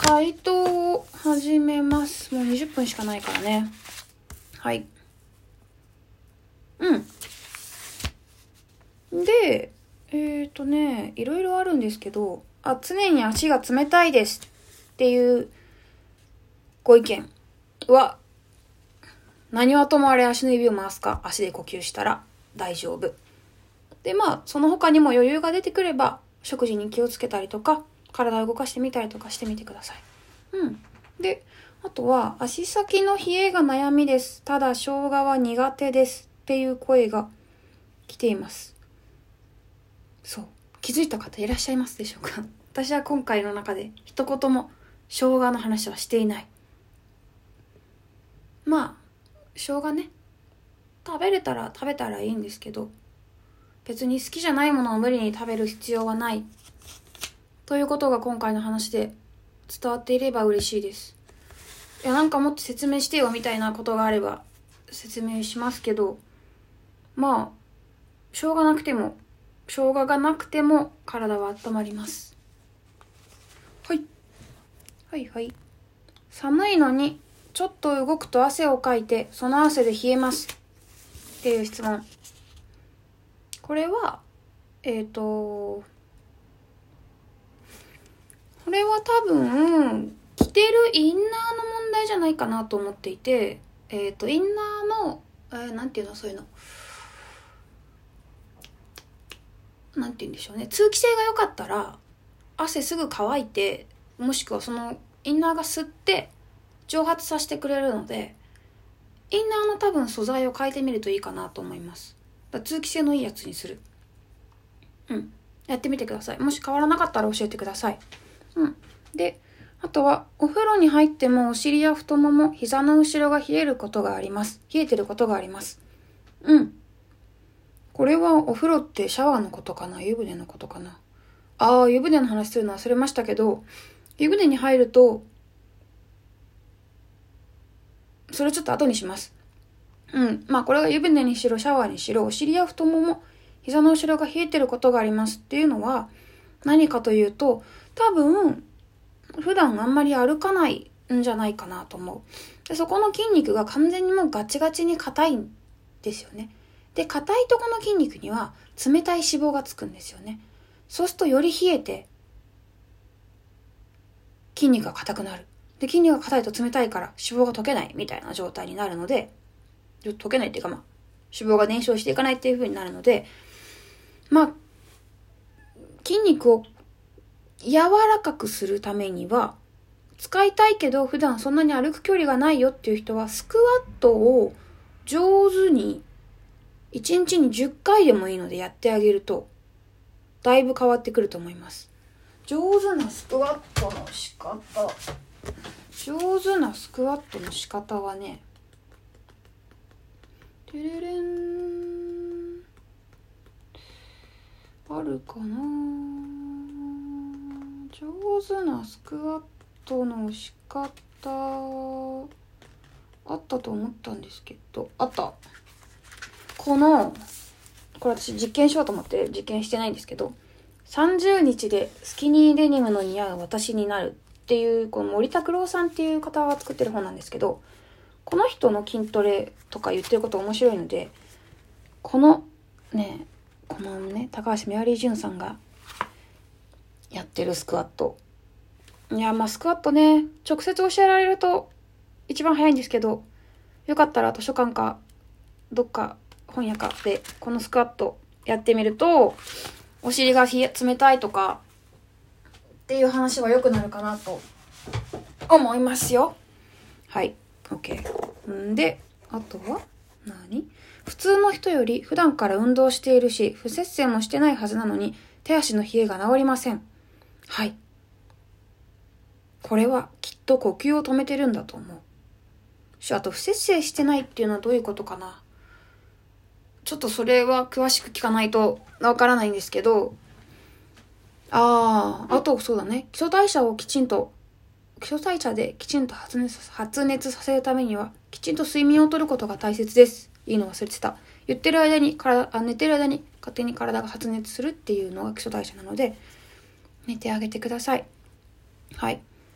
回答を始めます。もう20分しかないからね。はい。で、いろいろあるんですけど、常に足が冷たいですっていうご意見は、何はともあれ足の指を回すか、足で呼吸したら大丈夫。で、その他にも余裕が出てくれば、食事に気をつけたりとか、体を動かしてみたりとかしてみてください。で、あとは、足先の冷えが悩みです。ただ、生姜は苦手ですっていう声が来ています。そう。気づいた方いらっしゃいますでしょうか？私は今回の中で一言も生姜の話はしていない。生姜ね、食べれたら食べたらいいんですけど、別に好きじゃないものを無理に食べる必要はないということが今回の話で伝わっていれば嬉しいです。いや、なんかもっと説明してよみたいなことがあれば説明しますけど、生姜がなくても体は温まります。はい。寒いのにちょっと動くと汗をかいて、その汗で冷えますっていう質問。これはこれは多分着てるインナーの問題じゃないかなと思っていて、インナーの、なんていうの、そういうの、なんて言うんでしょうね、通気性が良かったら汗すぐ乾いて、もしくはそのインナーが吸って蒸発させてくれるので、インナーの多分素材を変えてみるといいかなと思います。通気性のいいやつにする。やってみてください。もし変わらなかったら教えてください。で、あとはお風呂に入ってもお尻や太もも、膝の後ろが冷えてることがあります。これはお風呂ってシャワーのことかな、湯船のことかな。湯船の話するの忘れましたけど、湯船に入ると、それちょっと後にします。これが湯船にしろシャワーにしろ、お尻や太もも、膝の後ろが冷えてることがありますっていうのは何かというと、多分普段あんまり歩かないんじゃないかなと思う。で、そこの筋肉が完全にもうガチガチに硬いんですよね。で、硬いとこの筋肉には冷たい脂肪がつくんですよね。そうするとより冷えて筋肉が硬くなる。で、筋肉が硬いと冷たいから脂肪が溶けないみたいな状態になるので、溶けないっていうか脂肪が燃焼していかないっていう風になるので、筋肉を柔らかくするためには、使いたいけど普段そんなに歩く距離がないよっていう人は、スクワットを上手に1日に10回でもいいのでやってあげるとだいぶ変わってくると思います。上手なスクワットの仕方はね、あるかな。上手なスクワットの仕方あったと思ったんですけど、あった。これ私実験しようと思って実験してないんですけど、30日でスキニーデニムの似合う私になるっていう、この森拓郎さんっていう方が作ってる本なんですけど、この人の筋トレとか言ってること面白いので、この高橋メアリージュンさんがやってるスクワット、スクワットね、直接教えられると一番早いんですけど、よかったら図書館かどっか本屋かでこのスクワットやってみると、お尻が冷たいとかっていう話は良くなるかなと思いますよ。はい、 OK。 で、あとは普通の人より普段から運動しているし、不摂生もしてないはずなのに手足の冷えが治りません。はい、これはきっと呼吸を止めてるんだと思う。あと不摂生してないっていうのはどういうことかな。ちょっとそれは詳しく聞かないとわからないんですけど、あとそうだね、基礎代謝できちんと発熱させるためには、きちんと睡眠をとることが大切です。いいの忘れてた。寝てる間に勝手に体が発熱するっていうのが基礎代謝なので、寝てあげてください。はい。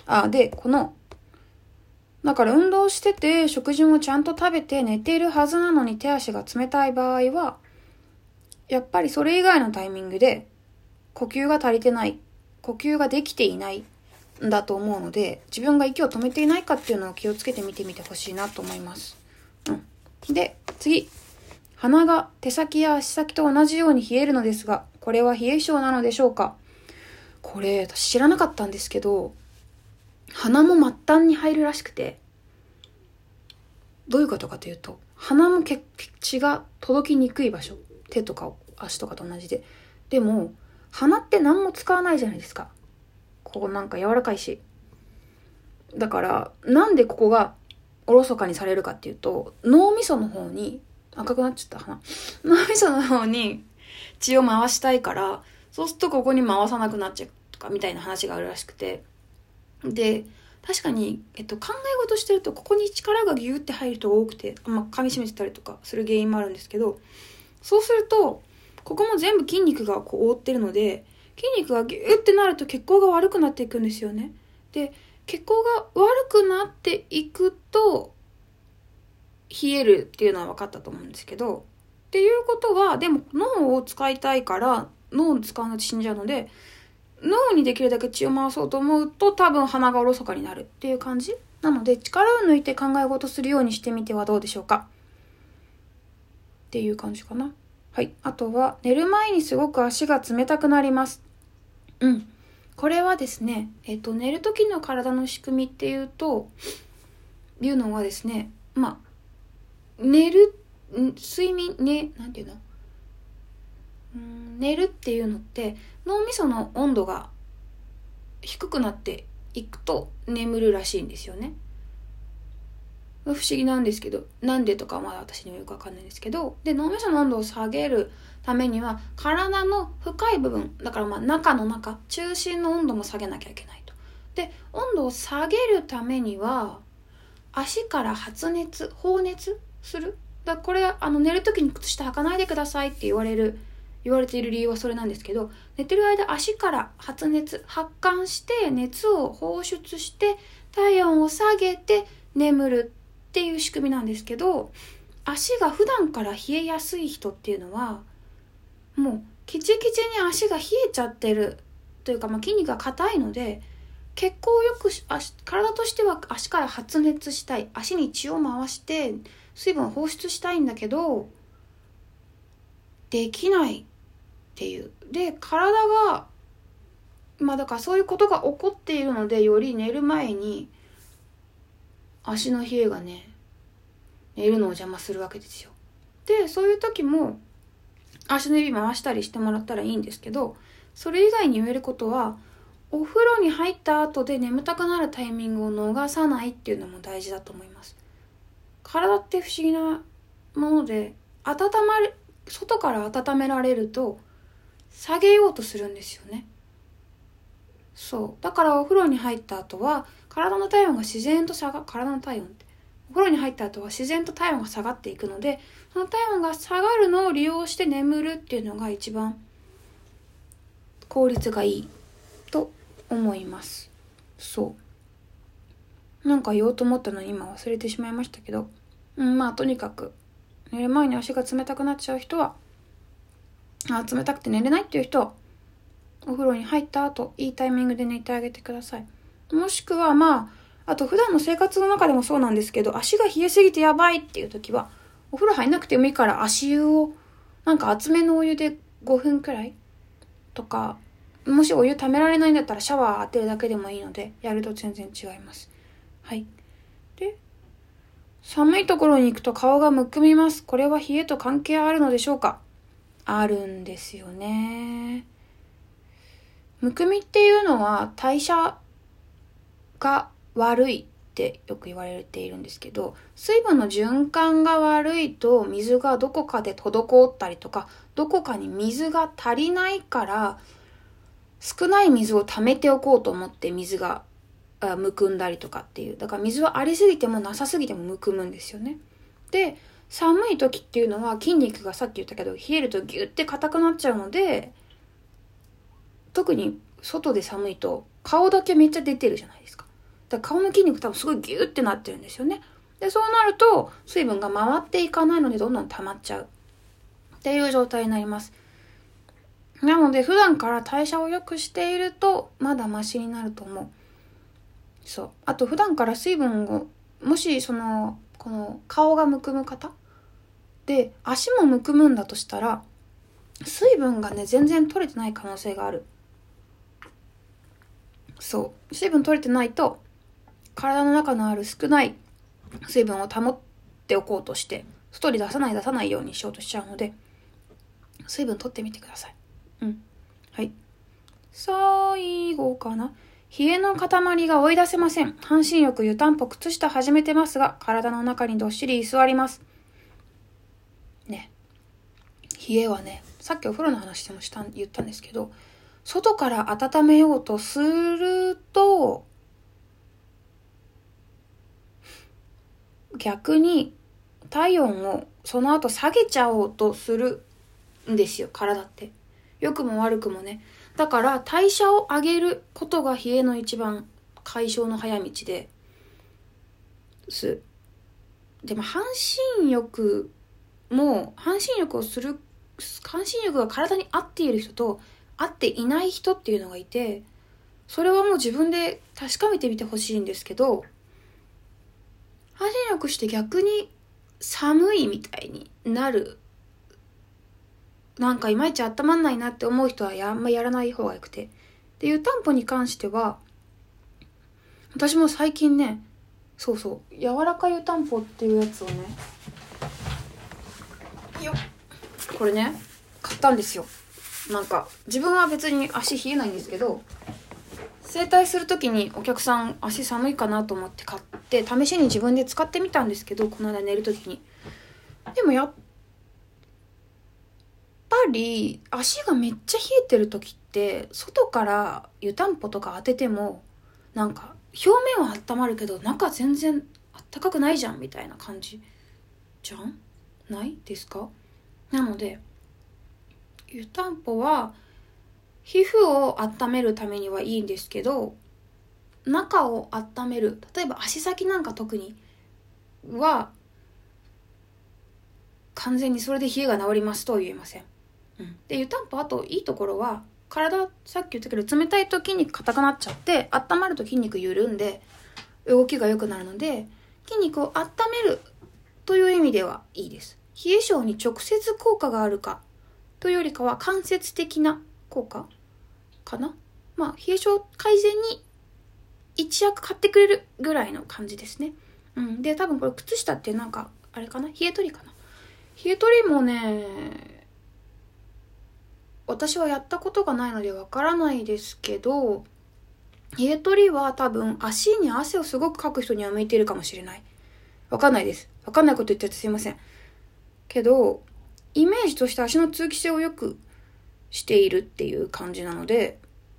で、だから運動してて食事もちゃんと食べて寝ているはずなのに手足が冷たい場合は、やっぱりそれ以外のタイミングで呼吸が足りてない、呼吸ができていないんだと思うので、自分が息を止めていないかっていうのを気をつけて見てみてほしいなと思います。で、次。鼻が手先や足先と同じように冷えるのですが、これは冷え性なのでしょうか？これ、私知らなかったんですけど、鼻も末端に入るらしくて、どういうことかというと、鼻も血が届きにくい場所、手とか足とかと同じで。でも、鼻って何も使わないじゃないですか。ここなんか柔らかいし。だから、なんでここがおろそかにされるかっていうと、脳みその方に、赤くなっちゃった鼻。脳みその方に血を回したいから、そうするとここに回さなくなっちゃうとかみたいな話があるらしくて。で、確かに、考え事してるとここに力がギューって入る人が多くて、噛み締めてたりとかする原因もあるんですけど、そうすると、ここも全部筋肉がこう覆ってるので、筋肉がギューってなると血行が悪くなっていくんですよね。で、血行が悪くなっていくと、冷えるっていうのは分かったと思うんですけど、っていうことは、でも脳を使いたいから脳を使わないと死んじゃうので、脳にできるだけ血を回そうと思うと多分鼻がおろそかになるっていう感じなので、力を抜いて考え事するようにしてみてはどうでしょうかっていう感じかな。はい。あとは、寝る前にすごく足が冷たくなります。これはですね、寝る時の体の仕組みっていうのはですね、睡眠、なんていうの？寝るっていうのって、脳みその温度が低くなっていくと眠るらしいんですよね。不思議なんですけど、なんでとかはまだ私にはよくわかんないんですけど、で、脳みその温度を下げるためには、体の深い部分、だから中心の温度も下げなきゃいけないと。で、温度を下げるためには、足から放熱する。これ、寝るときに靴下履かないでくださいって言われている理由はそれなんですけど、寝てる間足から発汗して熱を放出して体温を下げて眠るっていう仕組みなんですけど、足が普段から冷えやすい人っていうのは、もうキチキチに足が冷えちゃってるというか、筋肉が硬いので、血行をよく体としては足から発熱したい、足に血を回して水分を放出したいんだけどできないっていう。で、体がだからそういうことが起こっているので、より寝る前に足の冷えがね、寝るのを邪魔するわけですよ。で、そういう時も足の指回したりしてもらったらいいんですけど、それ以外に言えることは、お風呂に入った後で眠たくなるタイミングを逃さないっていうのも大事だと思います。体って不思議なもので、外から温められると下げようとするんですよね。そう。だからお風呂に入った後は、お風呂に入った後は自然と体温が下がっていくので、その体温が下がるのを利用して眠るっていうのが一番効率がいいと思います。そう。なんか言おうと思ったのに今忘れてしまいましたけど、とにかく寝る前に足が冷たくなっちゃう人は、冷たくて寝れないっていう人は、お風呂に入った後、いいタイミングで寝てあげてください。もしくはあと普段の生活の中でもそうなんですけど、足が冷えすぎてやばいっていう時は、お風呂入んなくてもいいから足湯を、熱めのお湯で5分くらいとか、もしお湯溜められないんだったらシャワー当てるだけでもいいので、やると全然違います。はい。で、寒いところに行くと顔がむくみます。これは冷えと関係あるのでしょうか？あるんですよね。むくみっていうのは代謝が悪いってよく言われているんですけど、水分の循環が悪いと水がどこかで滞ったりとか、どこかに水が足りないから少ない水を溜めておこうと思って水がむくんだりとかっていう。だから水はありすぎてもなさすぎてもむくむんですよね。で、寒い時っていうのは筋肉がさっき言ったけど冷えるとギュって硬くなっちゃうので、特に外で寒いと顔だけめっちゃ出てるじゃないですか。 だから顔の筋肉多分すごいギューってなってるんですよね。で、そうなると水分が回っていかないのでどんどん溜まっちゃうっていう状態になります。なので普段から代謝を良くしているとまだマシになると思う。そう。あと普段から水分を、もしこの顔がむくむ方で足もむくむんだとしたら、水分がね全然取れてない可能性がある。そう。水分取れてないと体の中のある少ない水分を保っておこうとして外に出さないようにしようとしちゃうので、水分取ってみてください。はい。最後かな。冷えの塊が追い出せません。半身浴、湯たんぽ、靴下始めてますが、体の中にどっしり居座ります。ね。冷えはね、さっきお風呂の話でも言ったんですけど、外から温めようとすると、逆に体温をその後下げちゃおうとするんですよ、体って。良くも悪くもね。だから代謝を上げることが冷えの一番解消の早道です。でも半身浴が体に合っている人と合っていない人っていうのがいて、それはもう自分で確かめてみてほしいんですけど、半身浴して逆に寒いみたいになる、なんかいまいち温まんないなって思う人はあんまやらない方がよくて。で、湯たんぽに関しては、私も最近ね、そう、柔らか湯たんぽっていうやつをね、これね、買ったんですよ。なんか、自分は別に足冷えないんですけど、整体するときにお客さん足寒いかなと思って買って、試しに自分で使ってみたんですけど、この間寝るときに。でもやっぱり足がめっちゃ冷えてる時って外から湯たんぽとか当ててもなんか表面は温まるけど中全然あったかくないじゃんみたいな感じじゃんないですか？なので湯たんぽは皮膚を温めるためにはいいんですけど、中を温める、例えば足先なんか特には完全にそれで冷えが治りますとは言えません。で、湯たんぽあといいところは体、さっき言ったけど冷たいと筋肉硬くなっちゃって温まると筋肉緩んで動きが良くなるので、筋肉を温めるという意味ではいいです。冷え性に直接効果があるかというよりかは間接的な効果かな。冷え性改善に一役買ってくれるぐらいの感じですね。で、多分これ靴下ってなんかあれかな、冷え取りかな。冷え取りもね、私はやったことがないのでわからないですけど、冷え取りは多分足に汗をすごくかく人には向いているかもしれない。わかんないです。わかんないこと言っちゃってすいません。けど、イメージとして足の通気性を良くしているっていう感じなので、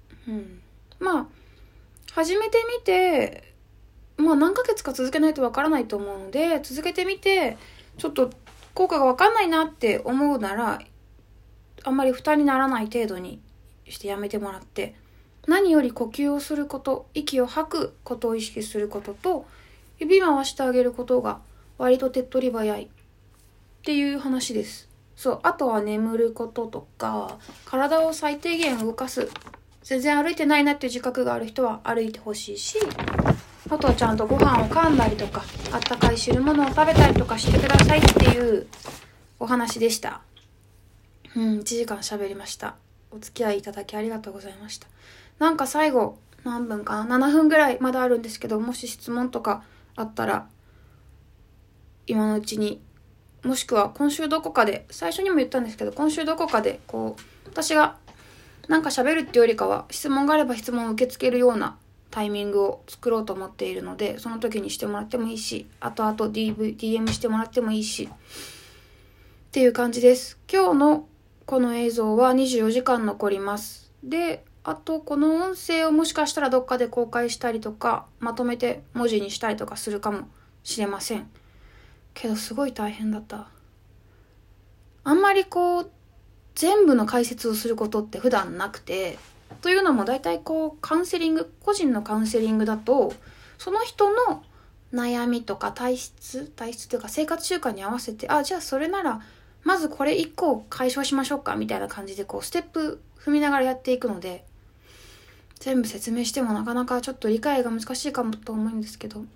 始めてみて、何ヶ月か続けないとわからないと思うので、続けてみて、ちょっと効果がわかんないなって思うなら、あんまり負担にならない程度にしてやめてもらって、何より呼吸をすること、息を吐くことを意識することと、指回してあげることが割と手っ取り早いっていう話です。そう、あとは眠ることとか、体を最低限動かす。全然歩いてないなっていう自覚がある人は歩いてほしいし、あとはちゃんとご飯を噛んだりとか、あったかい汁物を食べたりとかしてくださいっていうお話でした。1時間喋りました。お付き合いいただきありがとうございました。なんか最後、何分かな ?7 分ぐらいまだあるんですけど、もし質問とかあったら、今のうちに、もしくは今週どこかで、最初にも言ったんですけど、今週どこかで、私がなんか喋るっていうよりかは、質問があれば質問を受け付けるようなタイミングを作ろうと思っているので、その時にしてもらってもいいし、あと DM してもらってもいいし、っていう感じです。今日のこの映像は24時間残ります。で、あとこの音声をもしかしたらどっかで公開したりとか、まとめて文字にしたりとかするかもしれません。けどすごい大変だった。あんまり全部の解説をすることって普段なくて、というのも大体カウンセリング、個人のカウンセリングだと、 その人の悩みとか体質というか生活習慣に合わせて、じゃあそれならまずこれ1個解消しましょうかみたいな感じでステップ踏みながらやっていくので、全部説明してもなかなかちょっと理解が難しいかもと思うんですけど、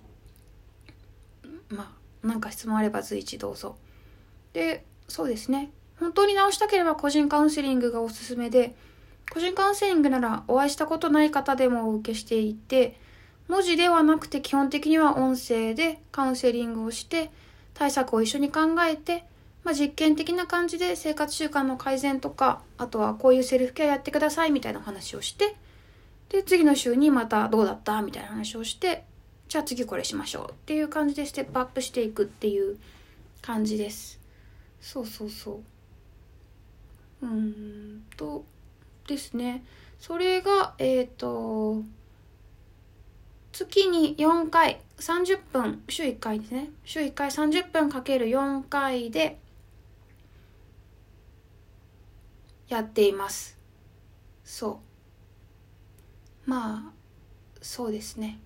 なんか質問あれば随一どうぞ。で、そうですね、本当に直したければ個人カウンセリングがおすすめで、個人カウンセリングならお会いしたことない方でもお受けしていて、文字ではなくて基本的には音声でカウンセリングをして対策を一緒に考えて、実験的な感じで生活習慣の改善とか、あとはこういうセルフケアやってくださいみたいな話をして、で次の週にまたどうだったみたいな話をして、じゃあ次これしましょうっていう感じでステップアップしていくっていう感じです。そうですね。それが月に4回30分、週1回ですね。週1回30分かける4回でやっています。そうですね。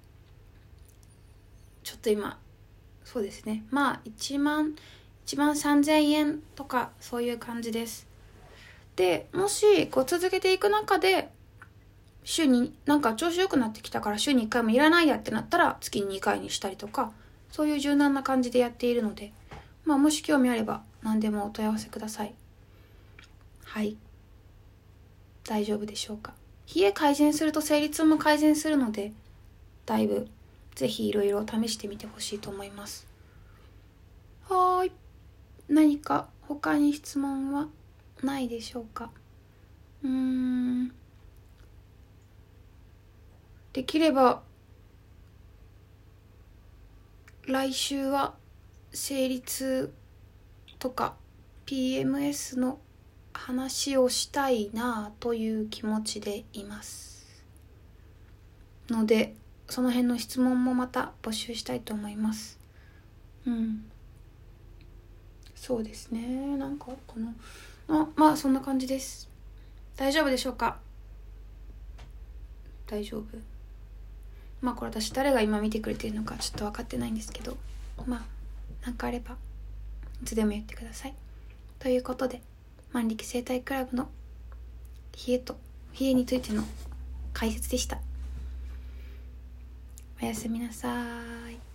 ちょっと今、そうですね。1万3000円とかそういう感じです。で、もし続けていく中で週になんか調子良くなってきたから週に1回もいらないやってなったら月に2回にしたりとか、そういう柔軟な感じでやっているので、もし興味あれば何でもお問い合わせください。はい、大丈夫でしょうか。冷え改善すると生理痛も改善するので、だいぶぜひいろいろ試してみてほしいと思います。はい、何か他に質問はないでしょうか。できれば来週は生理痛とか PMS の話をしたいなという気持ちでいますので、その辺の質問もまた募集したいと思います。そうですね。なんかそんな感じです。大丈夫でしょうか。大丈夫。これ私誰が今見てくれてるのかちょっと分かってないんですけど、なんかあればいつでも言ってください。ということで、万力生態クラブの冷えについての解説でした。おやすみなさい。